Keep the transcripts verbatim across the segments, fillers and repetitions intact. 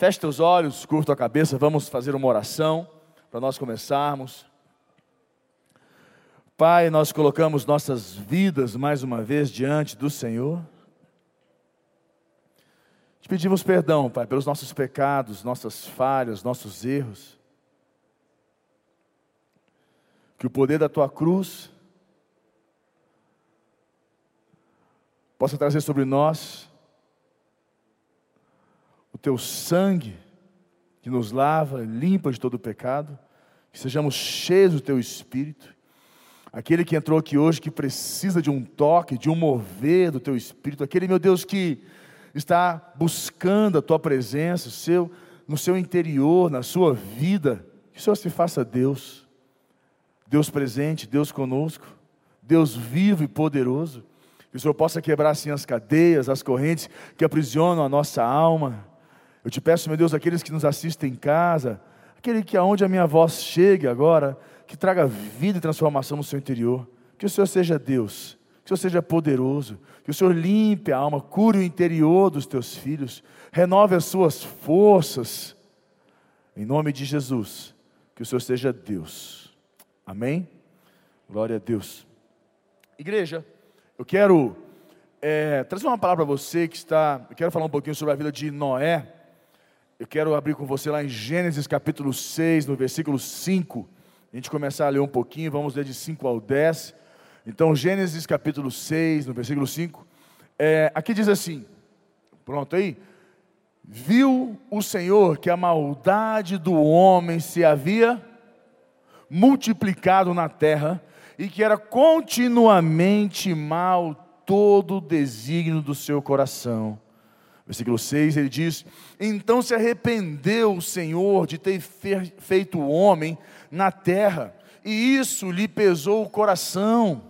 Feche teus olhos, curva tua cabeça, vamos fazer uma oração para nós começarmos. Pai, nós colocamos nossas vidas mais uma vez diante do Senhor. Te pedimos perdão, Pai, pelos nossos pecados, nossas falhas, nossos erros. Que o poder da Tua cruz possa trazer sobre nós o Teu sangue que nos lava, limpa de todo o pecado, que sejamos cheios do Teu Espírito. Aquele que entrou aqui hoje, que precisa de um toque, de um mover do Teu Espírito, aquele, meu Deus, que está buscando a Tua presença, o seu, no seu interior, na sua vida, que o Senhor se faça Deus, Deus presente, Deus conosco, Deus vivo e poderoso, que o Senhor possa quebrar assim as cadeias, as correntes que aprisionam a nossa alma. Eu te peço, meu Deus, aqueles que nos assistem em casa, aquele que aonde a minha voz chegue agora, que traga vida e transformação no seu interior, que o Senhor seja Deus, que o Senhor seja poderoso, que o Senhor limpe a alma, cure o interior dos teus filhos, renove as suas forças, em nome de Jesus, que o Senhor seja Deus. Amém? Glória a Deus. Igreja, eu quero é, trazer uma palavra para você que está, eu quero falar um pouquinho sobre a vida de Noé. Eu quero abrir com você lá em Gênesis capítulo seis, no versículo cinco, a gente começar a ler um pouquinho, vamos ler de cinco ao dez, então Gênesis capítulo seis, no versículo cinco, é, aqui diz assim, pronto aí, viu o Senhor que a maldade do homem se havia multiplicado na terra, e que era continuamente mal todo o desígnio do seu coração. Versículo seis, ele diz, então se arrependeu o Senhor de ter feito o homem na terra, e isso lhe pesou o coração.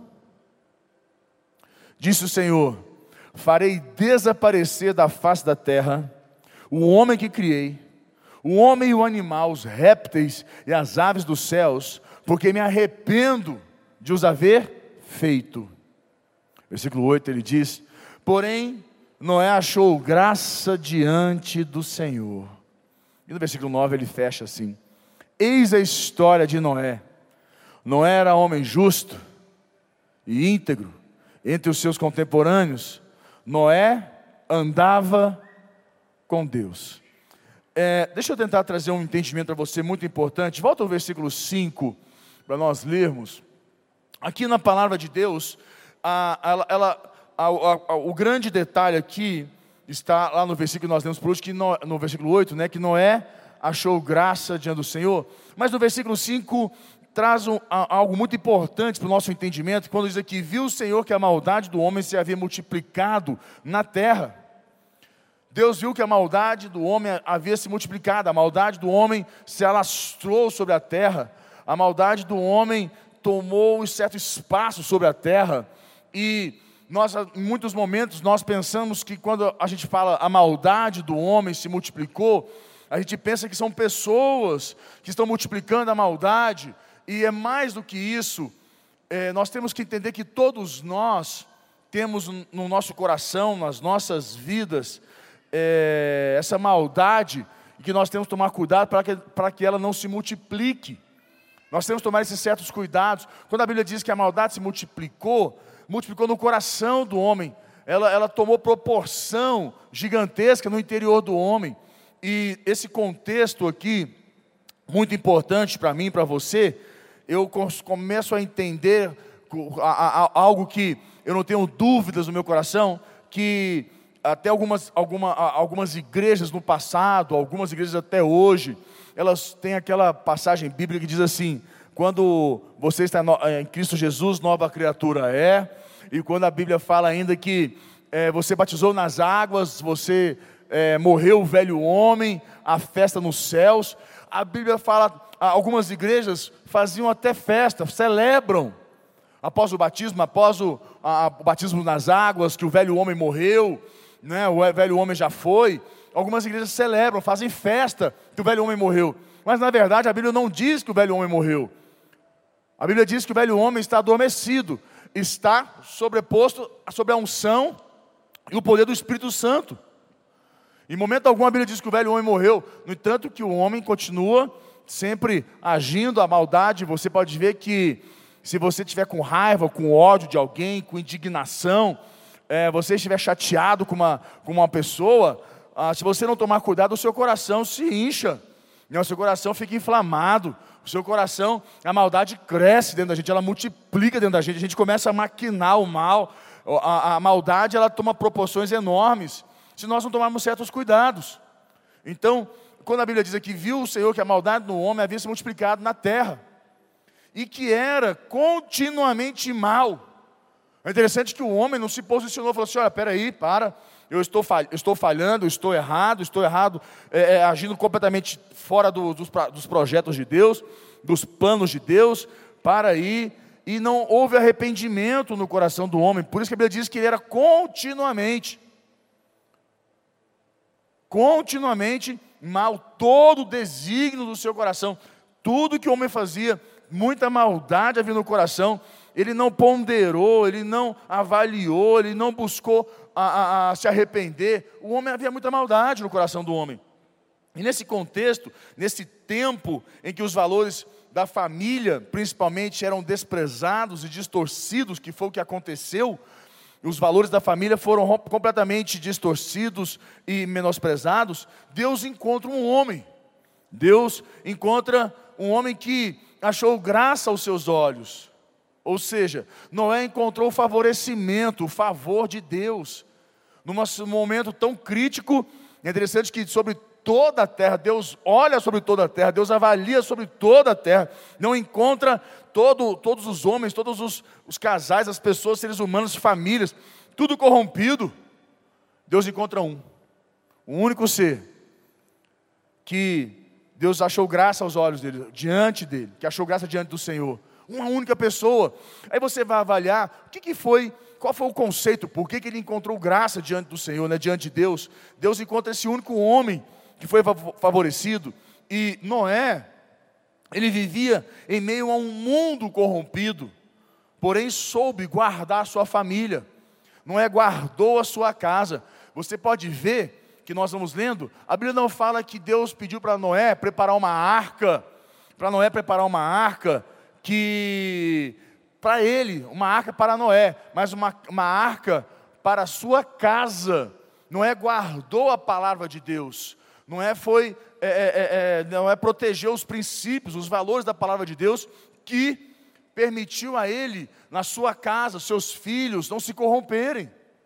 Disse o Senhor, farei desaparecer da face da terra o homem que criei, o homem e o animal, os répteis e as aves dos céus, porque me arrependo de os haver feito. Versículo oito, ele diz, porém, Noé achou graça diante do Senhor. E no versículo nove ele fecha assim, eis a história de Noé. Noé era homem justo e íntegro entre os seus contemporâneos. Noé andava com Deus. É, deixa eu tentar trazer um entendimento para você muito importante. Volta ao versículo cinco, para nós lermos. Aqui na palavra de Deus, a, ela, ela, a, a, a, o grande detalhe aqui, está lá no versículo que nós lemos por último, que no, no versículo oito, né, que Noé achou graça diante do Senhor. Mas no versículo cinco, traz um, a, algo muito importante para o nosso entendimento, quando diz aqui, viu o Senhor que a maldade do homem se havia multiplicado na terra. Deus viu que a maldade do homem havia se multiplicado, a maldade do homem se alastrou sobre a terra, a maldade do homem tomou um certo espaço sobre a terra, e nós, em muitos momentos, nós pensamos que quando a gente fala a maldade do homem se multiplicou, a gente pensa que são pessoas que estão multiplicando a maldade, e é mais do que isso, é, nós temos que entender que todos nós temos no nosso coração, nas nossas vidas, É, essa maldade, e que nós temos que tomar cuidado para que, para que ela não se multiplique. Nós temos que tomar esses certos cuidados. Quando a Bíblia diz que a maldade se multiplicou, multiplicou no coração do homem, ela, ela tomou proporção gigantesca no interior do homem, e esse contexto aqui, muito importante para mim e para você, eu começo a entender a, a, a, algo que eu não tenho dúvidas no meu coração, que até algumas, alguma, algumas igrejas no passado, algumas igrejas até hoje, elas têm aquela passagem bíblica que diz assim, quando você está em Cristo Jesus, nova criatura é, e quando a Bíblia fala ainda que é, você batizou nas águas, você é, morreu o velho homem, a festa nos céus, a Bíblia fala, algumas igrejas faziam até festa, celebram, após o batismo, após o, a, o batismo nas águas, que o velho homem morreu, né, o velho homem já foi. Algumas igrejas celebram, fazem festa que o velho homem morreu, mas na verdade a Bíblia não diz que o velho homem morreu. A Bíblia diz que o velho homem está adormecido, está sobreposto sobre a unção e o poder do Espírito Santo. Em momento algum a Bíblia diz que o velho homem morreu. No entanto que o homem continua sempre agindo a maldade. Você pode ver que se você estiver com raiva, com ódio de alguém, com indignação, é, você estiver chateado com uma, com uma pessoa, ah, se você não tomar cuidado, o seu coração se incha, né? O seu coração fica inflamado, o seu coração, a maldade cresce dentro da gente, ela multiplica dentro da gente, a gente começa a maquinar o mal, a, a maldade ela toma proporções enormes, se nós não tomarmos certos cuidados. Então, quando a Bíblia diz aqui, viu o Senhor que a maldade no homem havia se multiplicado na terra, e que era continuamente mal. É interessante que o homem não se posicionou e falou assim, olha, peraí, para, eu estou, falha, eu estou falhando, eu estou errado, estou errado, é, é, agindo completamente fora do, dos, dos projetos de Deus, dos planos de Deus, para aí, e não houve arrependimento no coração do homem. Por isso que a Bíblia diz que ele era continuamente, continuamente mal, todo o desígnio do seu coração, tudo que o homem fazia, muita maldade havia no coração, ele não ponderou, ele não avaliou, ele não buscou a, a, a se arrepender. O homem havia muita maldade no coração do homem. E nesse contexto, nesse tempo em que os valores da família, principalmente, eram desprezados e distorcidos, que foi o que aconteceu, os valores da família foram completamente distorcidos e menosprezados, Deus encontra um homem. Deus encontra um homem que achou graça aos seus olhos. Ou seja, Noé encontrou o favorecimento, o favor de Deus. Num momento tão crítico, é interessante que sobre toda a terra, Deus olha sobre toda a terra, Deus avalia sobre toda a terra, não encontra todo, todos os homens, todos os, os casais, as pessoas, seres humanos, famílias, tudo corrompido. Deus encontra um, um único ser, que Deus achou graça aos olhos dele, diante dele, que achou graça diante do Senhor. Uma única pessoa. Aí você vai avaliar, o que, que foi, qual foi o conceito, por que, que ele encontrou graça diante do Senhor, né, diante de Deus. Deus encontra esse único homem que foi favorecido. E Noé, ele vivia em meio a um mundo corrompido, porém soube guardar a sua família. Noé guardou a sua casa. Você pode ver que nós vamos lendo, a Bíblia não fala que Deus pediu para Noé preparar uma arca, para Noé preparar uma arca, que para ele, uma arca para Noé, mas uma, uma arca para a sua casa. Noé guardou a palavra de Deus, Noé foi, é, é, é, Noé protegeu os princípios, os valores da palavra de Deus, que permitiu a ele, na sua casa, seus filhos não se corromperem,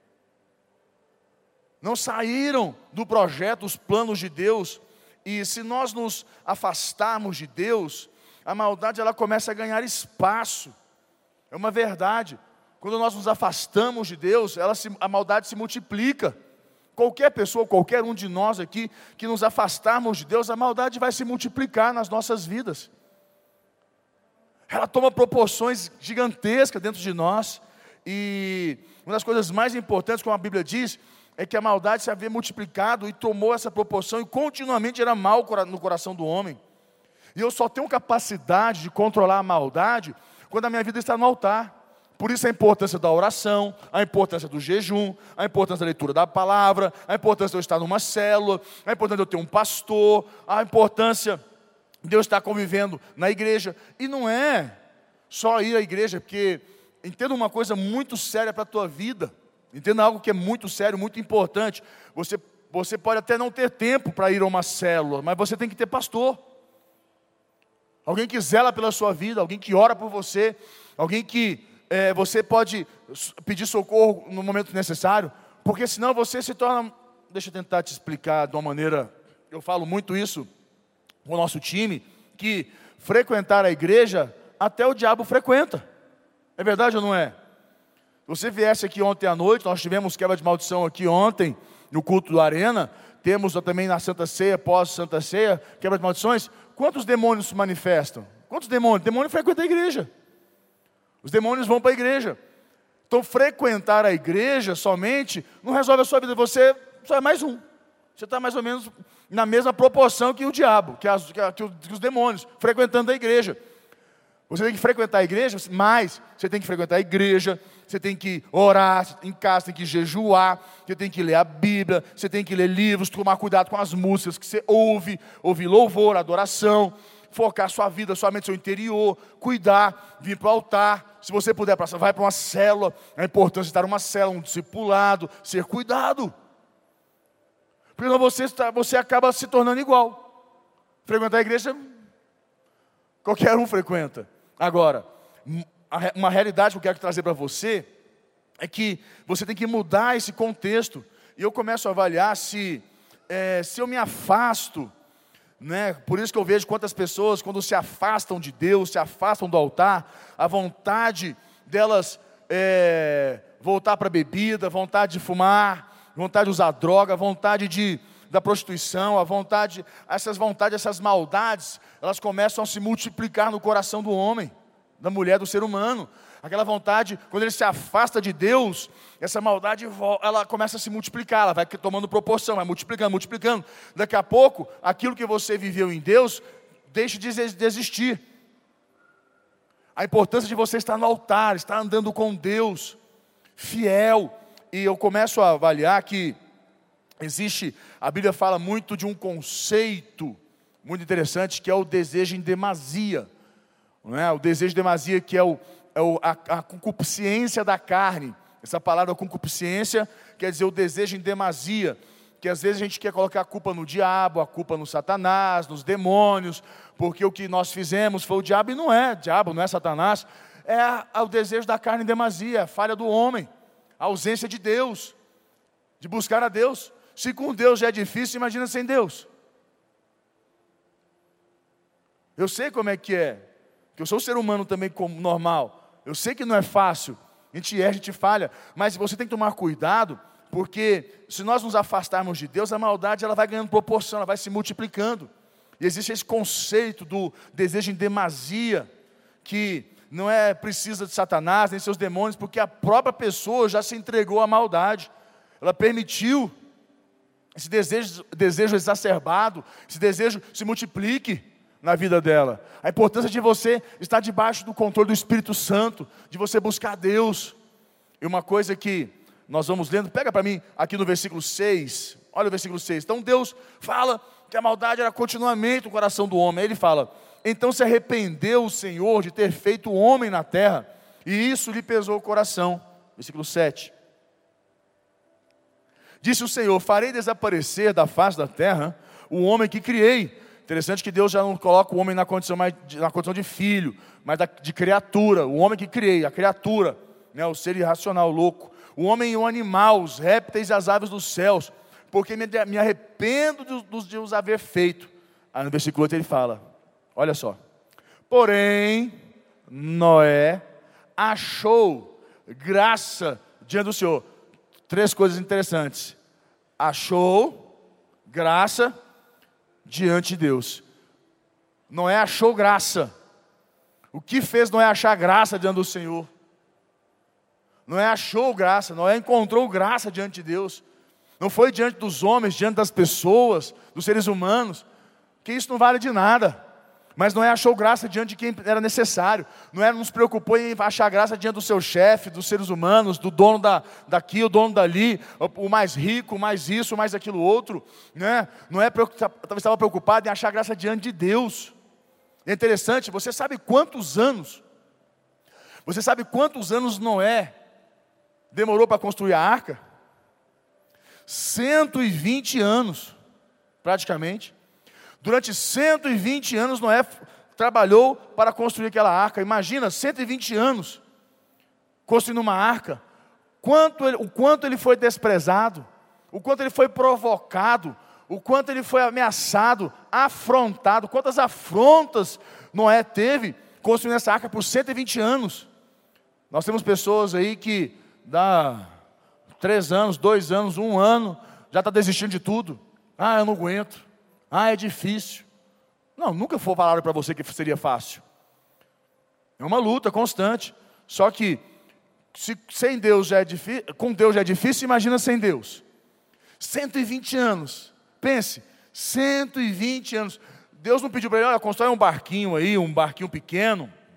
não saíram do projeto, dos planos de Deus. E se nós nos afastarmos de Deus, a maldade ela começa a ganhar espaço. É uma verdade. Quando nós nos afastamos de Deus, ela se, a maldade se multiplica. Qualquer pessoa, qualquer um de nós aqui, que nos afastarmos de Deus, a maldade vai se multiplicar nas nossas vidas. Ela toma proporções gigantescas dentro de nós. E uma das coisas mais importantes, como a Bíblia diz, é que a maldade se havia multiplicado e tomou essa proporção e continuamente era mal no coração do homem. E eu só tenho capacidade de controlar a maldade quando a minha vida está no altar. Por isso a importância da oração, a importância do jejum, a importância da leitura da palavra, a importância de eu estar numa célula, a importância de eu ter um pastor, a importância de eu estar convivendo na igreja. E não é só ir à igreja, porque entenda uma coisa muito séria para a tua vida. Entenda algo que é muito sério, muito importante. Você, você pode até não ter tempo para ir a uma célula, mas você tem que ter pastor. Alguém que zela pela sua vida, alguém que ora por você, alguém que é, você pode pedir socorro no momento necessário, porque senão você se torna... Deixa eu tentar te explicar de uma maneira... Eu falo muito isso com o nosso time, que frequentar a igreja, até o diabo frequenta. É verdade ou não é? Você viesse aqui ontem à noite, nós tivemos quebra de maldição aqui ontem, no culto do Arena, temos também na Santa Ceia, pós-Santa Ceia, quebra de maldições. Quantos demônios se manifestam? Quantos demônios? Demônio frequenta a igreja. Os demônios vão para a igreja. Então, frequentar a igreja somente não resolve a sua vida, você só é mais um. Você está mais ou menos na mesma proporção que o diabo, que, as, que, a, que os demônios, frequentando a igreja. Você tem que frequentar a igreja, mas você tem que frequentar a igreja, você tem que orar em casa, tem que jejuar, você tem que ler a Bíblia, você tem que ler livros, tomar cuidado com as músicas que você ouve, ouvir louvor, adoração, focar sua vida, sua mente, seu interior, cuidar, vir para o altar. Se você puder, vai para uma célula, a importância de estar numa célula, um discipulado, ser cuidado. Porque senão você, você acaba se tornando igual. Frequentar a igreja, qualquer um frequenta. Agora, uma realidade que eu quero trazer para você é que você tem que mudar esse contexto. E eu começo a avaliar se, é, se eu me afasto, né? Por isso que eu vejo quantas pessoas, quando se afastam de Deus, se afastam do altar, a vontade delas é, voltar para a bebida, vontade de fumar, vontade de usar droga, vontade de, da prostituição, a vontade, essas vontades, essas maldades, elas começam a se multiplicar no coração do homem, da mulher, do ser humano. Aquela vontade, quando ele se afasta de Deus, essa maldade, ela começa a se multiplicar, ela vai tomando proporção, vai multiplicando, multiplicando. Daqui a pouco, aquilo que você viveu em Deus, deixa de existir. A importância de você estar no altar, estar andando com Deus, fiel. E eu começo a avaliar que existe, a Bíblia fala muito de um conceito muito interessante, que é o desejo em demasia. Não é? O desejo em demasia, que é, o, é o, a, a concupiscência da carne. Essa palavra concupiscência quer dizer o desejo em demasia, que às vezes a gente quer colocar a culpa no diabo, a culpa no Satanás, nos demônios, porque o que nós fizemos foi o diabo, e não é diabo, não é Satanás, é a, a, o desejo da carne em demasia, a falha do homem, a ausência de Deus, de buscar a Deus. Se com Deus já é difícil, imagina sem Deus. Eu sei como é que é, que eu sou um ser humano também como normal, eu sei que não é fácil, a gente erra, a gente falha, mas você tem que tomar cuidado, porque se nós nos afastarmos de Deus, a maldade ela vai ganhando proporção, ela vai se multiplicando. E existe esse conceito do desejo em demasia, que não é precisa de Satanás, nem seus demônios, porque a própria pessoa já se entregou à maldade, ela permitiu esse desejo, desejo exacerbado, esse desejo se multiplique na vida dela. A importância de você estar debaixo do controle do Espírito Santo, de você buscar Deus. E uma coisa que nós vamos lendo, pega para mim aqui no versículo seis, olha o versículo seis. Então Deus fala que a maldade era continuamente no coração do homem. Aí ele fala: então se arrependeu o Senhor de ter feito o homem na terra, e isso lhe pesou o coração. Versículo sete. Disse o Senhor: farei desaparecer da face da terra o homem que criei. Interessante que Deus já não coloca o homem na condição, mais, na condição de filho, mas da, de criatura. O homem que criei, a criatura, né, o ser irracional, louco. O homem e o animal, os répteis e as aves dos céus, porque me, me arrependo de, de os haver feito. Aí no versículo oito ele fala, olha só. Porém, Noé achou graça diante do Senhor. Três coisas interessantes. Achou graça diante de Deus. Noé achou graça. O que fez Noé achar graça diante do Senhor? Noé achou graça, Noé encontrou graça diante de Deus. Não foi diante dos homens, diante das pessoas, dos seres humanos, que isso não vale de nada. Mas Noé achou graça diante de quem era necessário. Noé não se preocupou em achar graça diante do seu chefe, dos seres humanos, do dono da, daqui, o dono dali, o mais rico, o mais isso, o mais aquilo outro, né? Noé estava preocupado em achar graça diante de Deus. É interessante, você sabe quantos anos, você sabe quantos anos Noé demorou para construir a arca? cento e vinte anos, praticamente. Durante cento e vinte anos Noé trabalhou para construir aquela arca. Imagina, cento e vinte anos construindo uma arca. Quanto ele, o quanto ele foi desprezado, o quanto ele foi provocado, o quanto ele foi ameaçado, afrontado, quantas afrontas Noé teve construindo essa arca por cento e vinte anos. Nós temos pessoas aí que dá três anos, dois anos, um ano, já está desistindo de tudo. Ah, eu não aguento. Ah, é difícil. Não, nunca foi falado para você que seria fácil. É uma luta constante. Só que, se sem Deus já é difícil, com Deus já é difícil, imagina sem Deus. cento e vinte anos. Pense, cento e vinte anos. Deus não pediu para ele, olha, constrói um barquinho aí, um barquinho pequeno,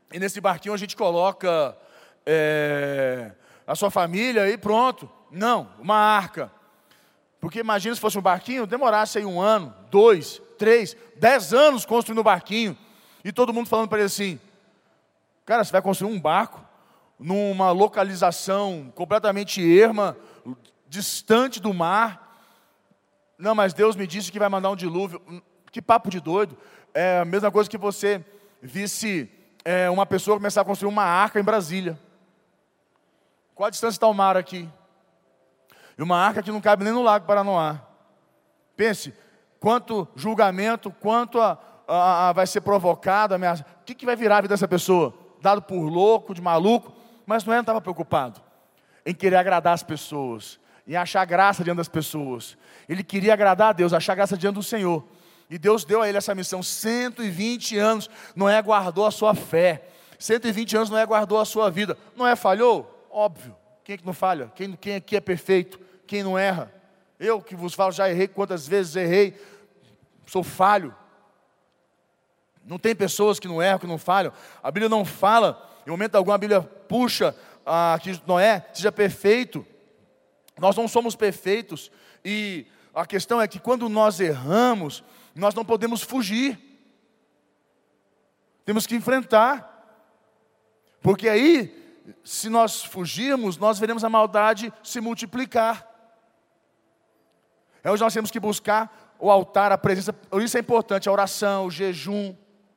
e nesse barquinho a gente coloca é, a sua família e pronto. Não, uma arca. Porque imagina se fosse um barquinho, demorasse aí um ano, dois, três, dez anos construindo um barquinho. E todo mundo falando para ele assim: cara, você vai construir um barco numa localização completamente erma, distante do mar. Não, mas Deus me disse que vai mandar um dilúvio. Que papo de doido. É a mesma coisa que você visse é, uma pessoa começar a construir uma arca em Brasília. Qual a distância está o mar aqui? E uma arca que não cabe nem no Lago Paranoá. Pense, quanto julgamento, quanto a, a, a vai ser provocado, ameaça. O que, que vai virar a vida dessa pessoa? Dado por louco, de maluco. Mas Noé não estava preocupado em querer agradar as pessoas, em achar graça diante das pessoas. Ele queria agradar a Deus, achar graça diante do Senhor. E Deus deu a ele essa missão. cento e vinte anos, Noé guardou a sua fé. cento e vinte anos, Noé guardou a sua vida. Noé falhou? Óbvio. Quem é que não falha? Quem, quem aqui é perfeito? Quem não erra? Eu que vos falo, já errei quantas vezes errei. Sou falho. Não tem pessoas que não erram, que não falham. A Bíblia não fala, em momento algum a Bíblia puxa ah, que Noé seja perfeito. Nós não somos perfeitos. E a questão é que quando nós erramos, nós não podemos fugir. Temos que enfrentar. Porque aí, se nós fugirmos, nós veremos a maldade se multiplicar. É onde nós temos que buscar o altar, a presença. Por isso é importante a oração, o jejum,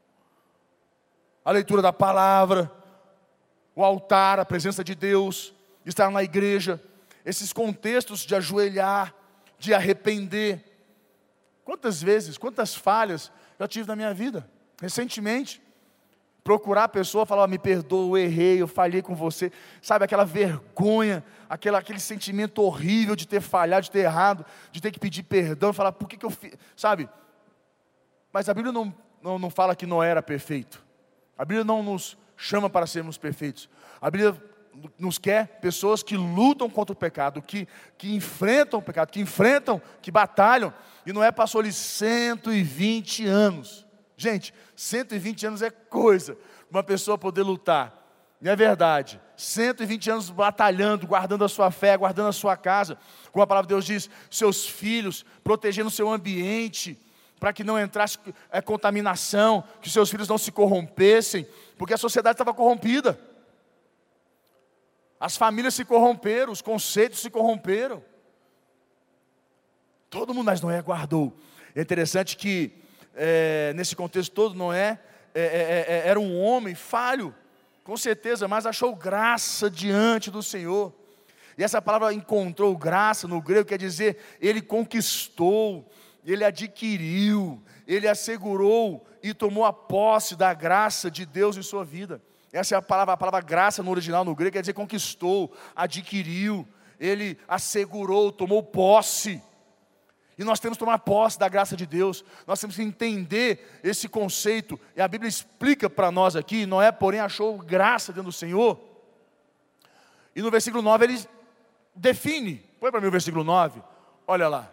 a leitura da palavra, o altar, a presença de Deus, estar na igreja. Esses contextos de ajoelhar, de arrepender. Quantas vezes, quantas falhas eu tive na minha vida, recentemente. Procurar a pessoa, falar: me perdoa, eu errei, eu falhei com você. Sabe, aquela vergonha, aquela, aquele sentimento horrível de ter falhado, de ter errado, de ter que pedir perdão, falar: por que, que eu fiz? Sabe, mas a Bíblia não, não, não fala que Noé era perfeito. A Bíblia não nos chama para sermos perfeitos. A Bíblia nos quer pessoas que lutam contra o pecado, que, que enfrentam o pecado, que enfrentam, que batalham. E Noé passou-lhe cento e vinte anos. Gente, cento e vinte anos é coisa para uma pessoa poder lutar. Não é verdade? cento e vinte anos batalhando, guardando a sua fé, guardando a sua casa. Como a palavra de Deus diz, seus filhos, protegendo o seu ambiente, para que não entrasse é, contaminação, que seus filhos não se corrompessem, porque a sociedade estava corrompida. As famílias se corromperam, os conceitos se corromperam. Todo mundo, mas Noé guardou. É interessante que É, nesse contexto todo, Noé é, é, é, era um homem falho, com certeza, mas achou graça diante do Senhor. E essa palavra encontrou graça no grego, quer dizer, ele conquistou, ele adquiriu, ele assegurou e tomou a posse da graça de Deus em sua vida. Essa é a palavra, a palavra graça no original, no grego, quer dizer conquistou, adquiriu, ele assegurou, tomou posse. E nós temos que tomar posse da graça de Deus. Nós temos que entender esse conceito. E a Bíblia explica para nós aqui. Noé, porém, achou graça dentro do Senhor. E no versículo nove ele define. Põe para mim o versículo nove. Olha lá.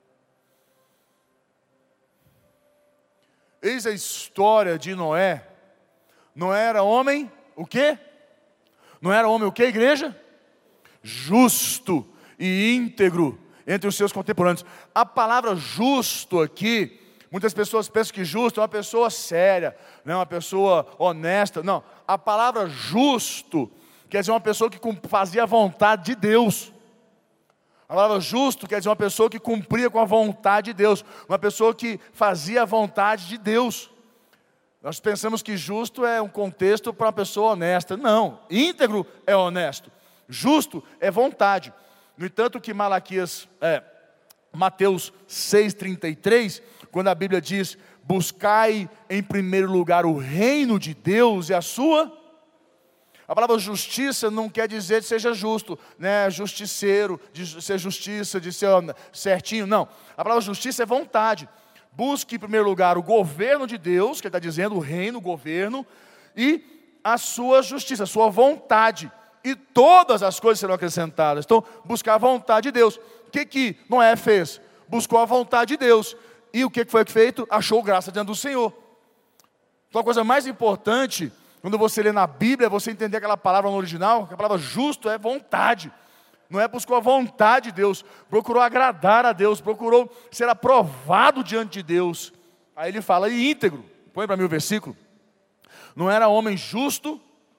Eis a história de Noé. Noé era homem, o quê? Não era homem o quê, igreja? Justo e íntegro entre os seus contemporâneos. A palavra justo aqui, muitas pessoas pensam que justo é uma pessoa séria, não é uma pessoa honesta. Não, a palavra justo quer dizer uma pessoa que fazia a vontade de Deus. A palavra justo quer dizer uma pessoa que cumpria com a vontade de Deus, uma pessoa que fazia a vontade de Deus. Nós pensamos que justo é um contexto para uma pessoa honesta. Não, íntegro é honesto, justo é vontade. No entanto que Malaquias, é, Mateus seis, trinta e três, quando a Bíblia diz: buscai em primeiro lugar o reino de Deus e a sua... A palavra justiça não quer dizer que seja justo, né? Justiceiro, de ser justiça, de ser certinho, não. A palavra justiça é vontade. Busque em primeiro lugar o governo de Deus, que ele está dizendo, o reino, o governo, e a sua justiça, a sua vontade. E todas as coisas serão acrescentadas. Então, buscar a vontade de Deus. O que que Noé fez? Buscou a vontade de Deus. E o que foi feito? Achou graça diante do Senhor. Então, a coisa mais importante Quando você lê na Bíblia, você entender aquela palavra no original, que a palavra justo é vontade. Noé buscou a vontade de Deus, procurou agradar a Deus, procurou ser aprovado diante de Deus. Aí ele fala, e íntegro, põe para mim o versículo. Não era homem justo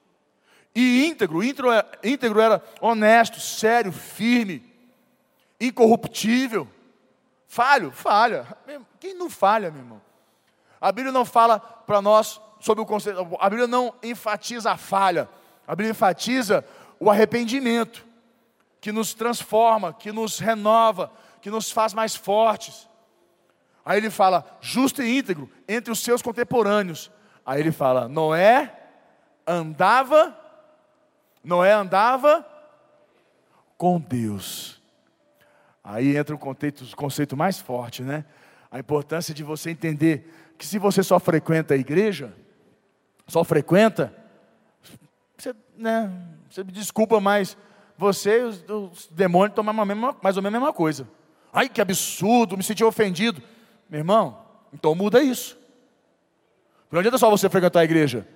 e íntegro. Íntegro era, íntegro era honesto, sério, firme, incorruptível. Falho, falha. Quem não falha, meu irmão? A Bíblia não fala para nós sobre o conceito, a Bíblia não enfatiza a falha. A Bíblia enfatiza o arrependimento, que nos transforma, que nos renova, que nos faz mais fortes. Aí ele fala, justo e íntegro entre os seus contemporâneos. Aí ele fala, Noé andava, Noé andava com Deus. Aí entra o conceito, o conceito mais forte, né? A importância de você entender que se você só frequenta a igreja, só frequenta, você, né, você me desculpa, mas você e os, os demônios tomam a mesma, mais ou menos a mesma coisa. Ai, que absurdo, me senti ofendido. Meu irmão, então muda isso. Não adianta só você frequentar a igreja.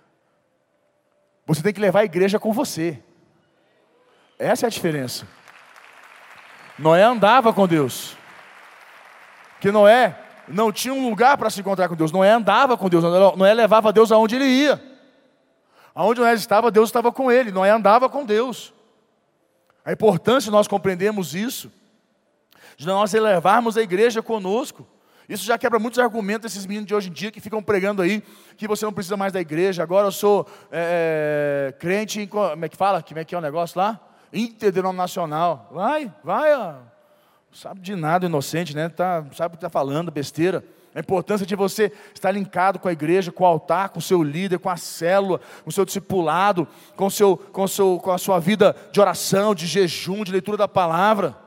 Você tem que levar a igreja com você. Essa é a diferença. Noé andava com Deus. Porque Noé não tinha um lugar para se encontrar com Deus. Noé andava com Deus. Noé levava Deus aonde ele ia. Aonde Noé estava, Deus estava com ele. Noé andava com Deus. A importância de nós compreendermos isso, de nós elevarmos a igreja conosco. Isso já quebra muitos argumentos desses meninos de hoje em dia que ficam pregando aí que você não precisa mais da igreja. Agora eu sou é, crente em, como é que fala? Como é que é o negócio lá? Interdenominacional. Vai, vai, ó. Sabe de nada, inocente, né? Tá, sabe o que está falando, besteira. A importância de você estar linkado com a igreja, com o altar, com o seu líder, com a célula, com o seu discipulado, com, o seu, com, o seu, com a sua vida de oração, de jejum, de leitura da palavra.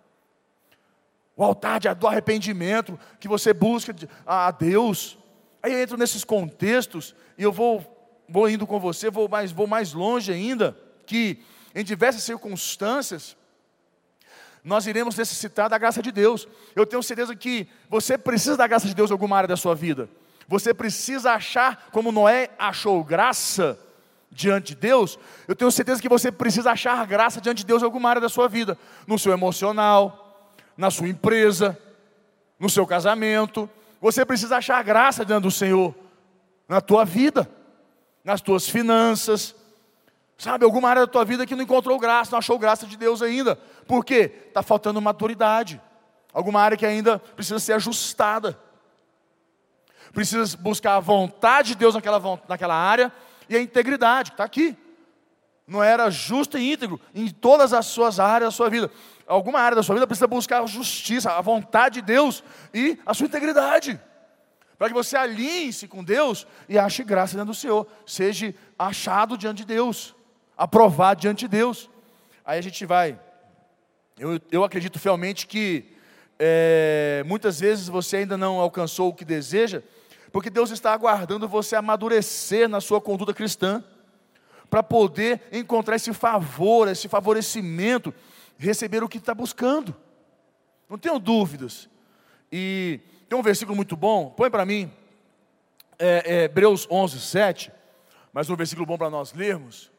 O altar de, do arrependimento, que você busca a Deus. Aí eu entro nesses contextos e eu vou, vou indo com você, vou mais, vou mais longe ainda, que em diversas circunstâncias, nós iremos necessitar da graça de Deus. Eu tenho certeza que você precisa da graça de Deus em alguma área da sua vida. Você precisa achar, como Noé achou graça diante de Deus, eu tenho certeza que você precisa achar graça diante de Deus em alguma área da sua vida. No seu emocional, na sua empresa, no seu casamento. Você precisa achar graça diante do Senhor, na tua vida, nas tuas finanças. Sabe, alguma área da tua vida que não encontrou graça, não achou graça de Deus ainda. Por quê? Está faltando maturidade. Alguma área que ainda precisa ser ajustada. Precisa buscar a vontade de Deus naquela, naquela área e a integridade, que está aqui. Não era justo e íntegro em todas as suas áreas da sua vida. Alguma área da sua vida precisa buscar a justiça, a vontade de Deus e a sua integridade. Para que você alinhe-se com Deus e ache graça diante do Senhor. Seja achado diante de Deus. Aprovado diante de Deus. Aí a gente vai, eu, eu acredito fielmente que é, muitas vezes você ainda não alcançou o que deseja, porque Deus está aguardando você amadurecer na sua conduta cristã, para poder encontrar esse favor, esse favorecimento, receber o que está buscando. Não tenho dúvidas. E tem um versículo muito bom, põe para mim, é, é, Hebreus onze, sete, mas um versículo bom para nós lermos.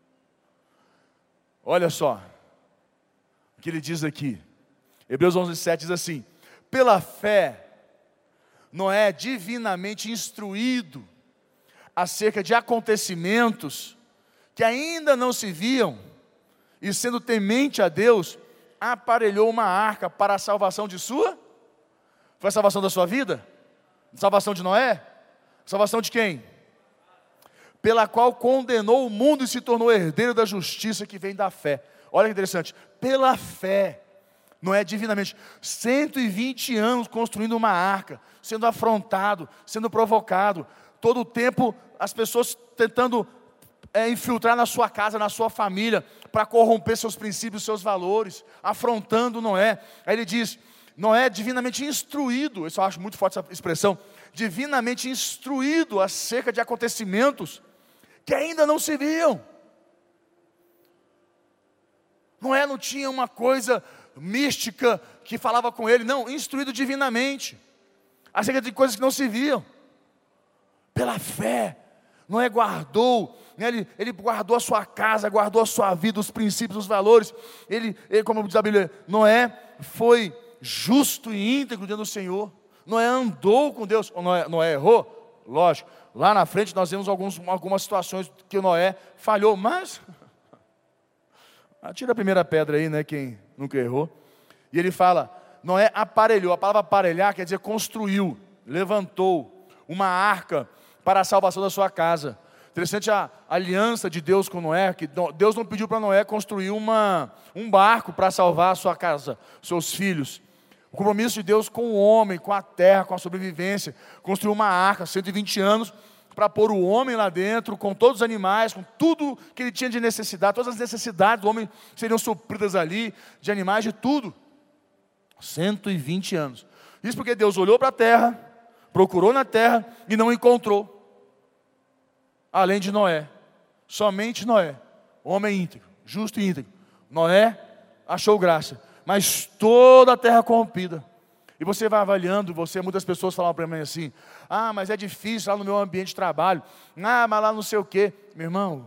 Olha só, o que ele diz aqui, Hebreus onze, sete diz assim, pela fé, Noé é divinamente instruído acerca de acontecimentos que ainda não se viam, e sendo temente a Deus, aparelhou uma arca para a salvação de sua, foi a salvação da sua vida? Salvação de Noé? Salvação de quem? Pela qual condenou o mundo e se tornou herdeiro da justiça que vem da fé. Olha que interessante, pela fé, Noé divinamente, cento e vinte anos construindo uma arca, sendo afrontado, sendo provocado, todo o tempo as pessoas tentando é, infiltrar na sua casa, na sua família, para corromper seus princípios, seus valores, afrontando Noé. Aí ele diz, Noé divinamente instruído, eu só acho muito forte essa expressão, divinamente instruído acerca de acontecimentos que ainda não se viam. Noé não tinha uma coisa mística que falava com ele, não, instruído divinamente, acerca de coisas que não se viam. Pela fé, Noé guardou, né? ele, ele guardou a sua casa, guardou a sua vida, os princípios, os valores. Ele, ele, como diz a Bíblia, Noé foi justo e íntegro diante do Senhor. Noé andou com Deus. Noé, Noé errou? Lógico. Lá na frente nós vemos alguns, algumas situações que Noé falhou, mas atira a primeira pedra aí, né? Quem nunca errou. E ele fala, Noé aparelhou. A palavra aparelhar quer dizer construiu, levantou uma arca para a salvação da sua casa. Interessante a aliança de Deus com Noé, que Deus não pediu para Noé construir uma, um barco para salvar a sua casa, seus filhos. O compromisso de Deus com o homem, com a terra, com a sobrevivência. Construiu uma arca, cento e vinte anos, para pôr o homem lá dentro, com todos os animais, com tudo que ele tinha de necessidade. Todas as necessidades do homem seriam supridas ali, de animais, de tudo. cento e vinte anos. Isso porque Deus olhou para a terra, procurou na terra e não encontrou. Além de Noé. Somente Noé. Homem íntegro, justo e íntegro. Noé achou graça. Mas toda a terra corrompida. E você vai avaliando, você, muitas pessoas falam para mim assim, ah, mas é difícil lá no meu ambiente de trabalho, ah, mas lá não sei o quê. Meu irmão,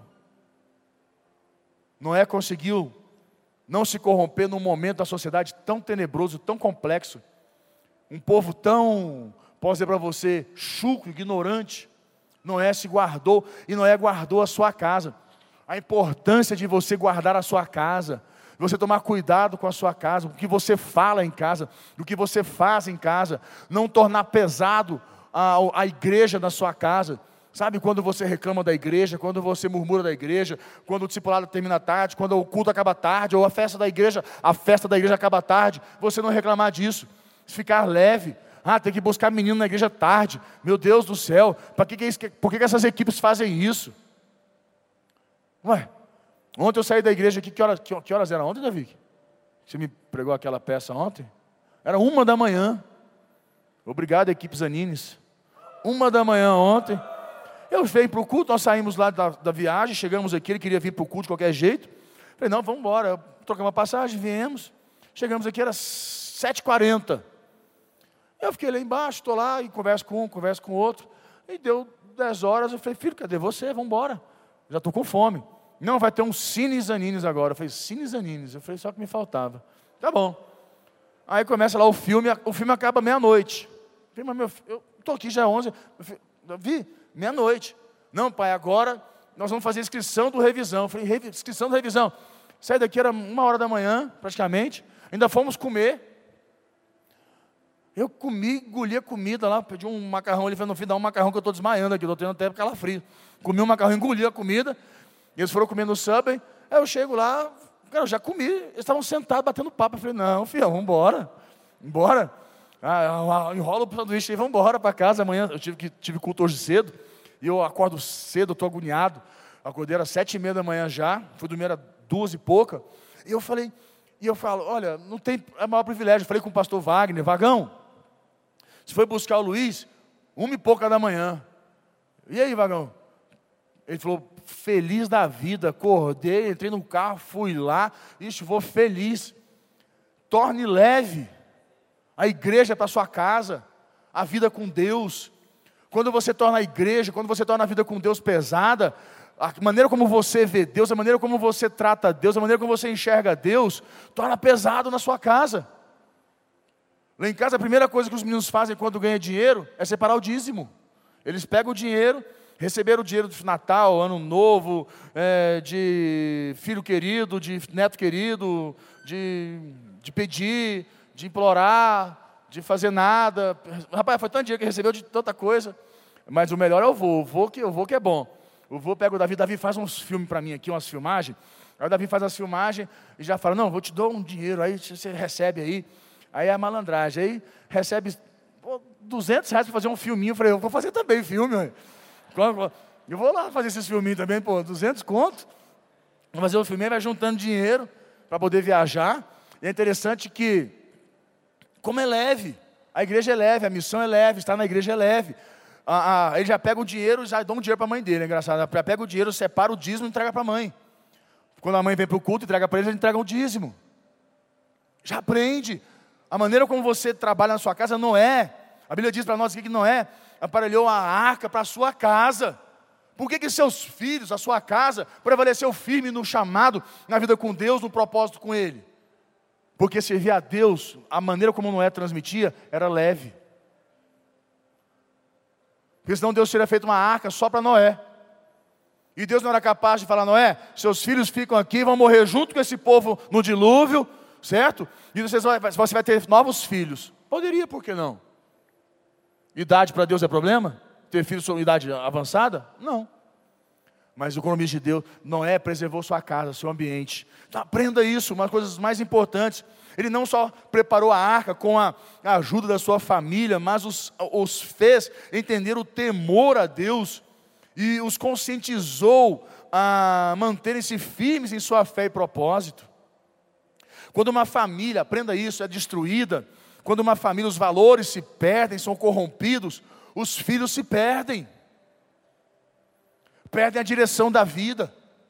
Noé conseguiu não se corromper num momento da sociedade tão tenebroso, tão complexo, um povo tão, posso dizer para você, chucro, ignorante. Noé se guardou, e Noé guardou a sua casa. A importância de você guardar a sua casa, você tomar cuidado com a sua casa, o que você fala em casa, do que você faz em casa, não tornar pesado a, a igreja da sua casa. Sabe quando você reclama da igreja, quando você murmura da igreja, quando o discipulado termina tarde, quando o culto acaba tarde, ou a festa da igreja, a festa da igreja acaba tarde, você não reclamar disso, ficar leve. Ah, tem que buscar menino na igreja tarde, meu Deus do céu, para que que, é por que, que essas equipes fazem isso? Ué, ontem eu saí da igreja aqui, que horas, que, que horas era ontem, Davi? Você me pregou aquela peça ontem? Era uma da manhã. Obrigado, equipe Zanines. Uma da manhã ontem. Eu veio para o culto, nós saímos lá da, da viagem, chegamos aqui, ele queria vir para o culto de qualquer jeito. Falei, não, vamos embora. Trocamos uma passagem, viemos. Chegamos aqui, era sete e quarenta. Eu fiquei lá embaixo, estou lá e converso com um, converso com outro. E deu dez horas, eu falei, filho, cadê você? Vamos embora. Já estou com fome. Não, vai ter um Cine Zanines agora. Eu falei, Cine Zanines? Eu falei, só que me faltava. Tá bom. Aí começa lá o filme, o filme acaba meia-noite. Eu falei, mas meu filho, eu estou aqui já é onze. Eu falei, vi, meia-noite. Não, pai, agora nós vamos fazer inscrição do revisão. Eu falei, inscrição do revisão. Saí daqui, era uma hora da manhã, praticamente. Ainda fomos comer. Eu comi, engoli a comida lá, pedi um macarrão, ele falou, no fim dá um macarrão que eu estou desmaiando aqui, estou tendo até calafrio. Comi um macarrão, engoli a comida. Eles foram comendo no Subway, aí eu chego lá, cara, eu já comi, eles estavam sentados batendo papo. Eu falei, não, filho, vamos embora, embora. Ah, enrola o sanduíche aí, vamos embora para casa. Amanhã eu tive, que, tive culto hoje cedo, e eu acordo cedo, estou agoniado. Acordei às sete e meia da manhã já, fui dormir às duas e pouca. E eu falei, e eu falo, olha, não tem, é o maior privilégio. Eu falei com o pastor Wagner, Vagão, você foi buscar o Luiz, uma e pouca da manhã. E aí, Vagão? Ele falou, feliz da vida, acordei, entrei no carro, fui lá, e vou feliz. Torne leve a igreja para a sua casa, a vida com Deus. Quando você torna a igreja, quando você torna a vida com Deus pesada, a maneira como você vê Deus, a maneira como você trata Deus, a maneira como você enxerga Deus, torna pesado na sua casa. Lá em casa, a primeira coisa que os meninos fazem quando ganham dinheiro é separar o dízimo. Eles pegam o dinheiro, receberam o dinheiro de Natal, Ano Novo, é, de filho querido, de neto querido, de, de pedir, de implorar, de fazer nada. Rapaz, foi tanto dinheiro que recebeu de tanta coisa. Mas o melhor é o vô, o vô que, o vô que é bom. O vô pega o Davi, Davi faz uns filmes para mim aqui, umas filmagens. Aí o Davi faz as filmagens e já fala, não, vou te dar um dinheiro, aí você recebe aí. Aí é a malandragem, aí recebe pô, duzentos reais para fazer um filminho. Eu falei, eu vou fazer também filme. Ué. Eu vou lá fazer esses filminhos também, pô, duzentos conto. Vou fazer o filminho, vai juntando dinheiro para poder viajar. E é interessante que, como é leve, a igreja é leve, a missão é leve, estar na igreja é leve. Ah, ah, ele já pega o dinheiro e já dá um dinheiro para a mãe dele, é engraçado. Já pega o dinheiro, separa o dízimo e entrega para a mãe. Quando a mãe vem para o culto, entrega para eles, eles entregam o dízimo. Já aprende. A maneira como você trabalha na sua casa não é. A Bíblia diz para nós aqui que Noé aparelhou a arca para a sua casa, Por que que seus filhos, a sua casa, prevaleceu firme no chamado, na vida com Deus, no propósito com Ele? Porque servir a Deus, a maneira como Noé transmitia, era leve. Porque senão Deus teria feito uma arca só para Noé. E Deus não era capaz de falar: Noé, seus filhos ficam aqui, vão morrer junto com esse povo no dilúvio, certo? E vocês vai, você vai ter novos filhos. Poderia, por que não? Idade para Deus é problema? Ter filhos com idade avançada? Não. Mas o compromisso de Deus, Noé preservou sua casa, seu ambiente. Então aprenda isso, uma das coisas mais importantes. Ele não só preparou a arca com a ajuda da sua família, mas os, os fez entender o temor a Deus e os conscientizou a manterem-se firmes em sua fé e propósito. Quando uma família, aprenda isso, é destruída, quando uma família, os valores se perdem, são corrompidos, os filhos se perdem. Perdem a direção da vida.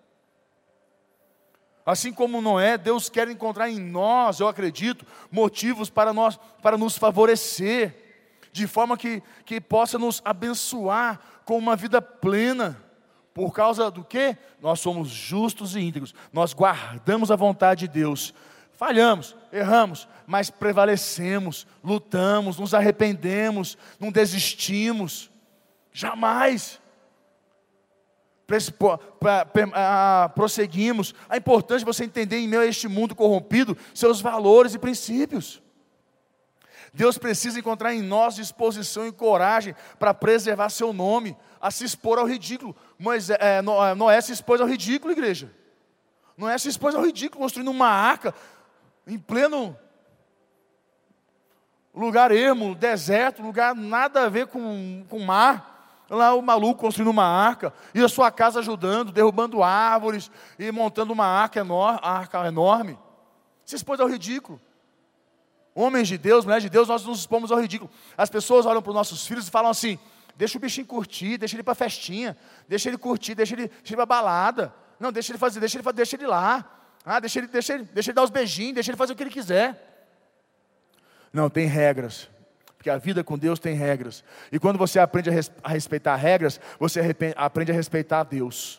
Assim como Noé, Deus quer encontrar em nós, eu acredito, motivos para, nós, para nos favorecer, de forma que, que possa nos abençoar com uma vida plena. Por causa do quê? Nós somos justos e íntegros, nós guardamos a vontade de Deus. Falhamos, erramos, mas prevalecemos, lutamos, nos arrependemos, não desistimos. Jamais. Prosseguimos. É importante você entender, em meio a este mundo corrompido, seus valores e princípios. Deus precisa encontrar em nós disposição e coragem para preservar seu nome, a se expor ao ridículo. Moisés, é, Noé se expôs ao ridículo, igreja. Noé se expôs ao ridículo, construindo uma arca em pleno lugar ermo, deserto, lugar nada a ver com o mar. Lá o maluco construindo uma arca, e a sua casa ajudando, derrubando árvores, e montando uma arca enorme, arca enorme. Se expôs ao ridículo. Homens de Deus, mulheres de Deus, nós nos expomos ao ridículo. As pessoas olham para os nossos filhos e falam assim: deixa o bichinho curtir, deixa ele ir para a festinha, deixa ele curtir, deixa ele, deixa ele ir para a balada. Não, deixa ele fazer, deixa ele, deixa ele ir lá. Ah, deixa ele, deixa, ele, deixa ele dar os beijinhos, deixa ele fazer o que ele quiser. Não, tem regras. Porque a vida com Deus tem regras. E quando você aprende a, res, a respeitar regras, você aprende a respeitar a Deus.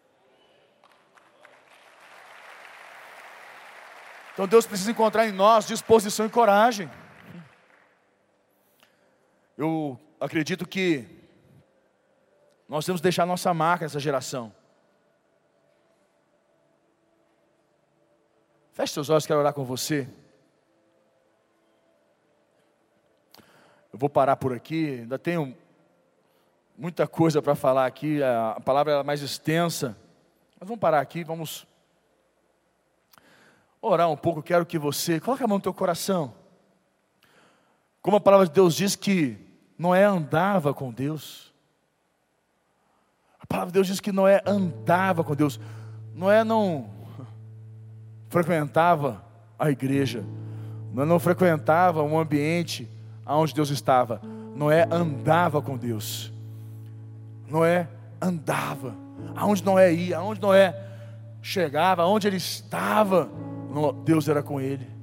Então Deus precisa encontrar em nós disposição e coragem. Eu acredito que nós temos que deixar nossa marca nessa geração. Feche seus olhos, quero orar com você. Eu vou parar por aqui, ainda tenho muita coisa para falar aqui, a palavra é mais extensa. Mas vamos parar aqui, vamos orar um pouco. Quero que você, coloque a mão no teu coração. Como a palavra de Deus diz que Noé andava com Deus. A palavra de Deus diz que Noé andava com Deus. Noé não frequentava a igreja. Noé não frequentava um ambiente aonde Deus estava. Noé andava com Deus. Noé andava. Aonde Noé ia, aonde Noé chegava, aonde ele estava, Deus era com ele.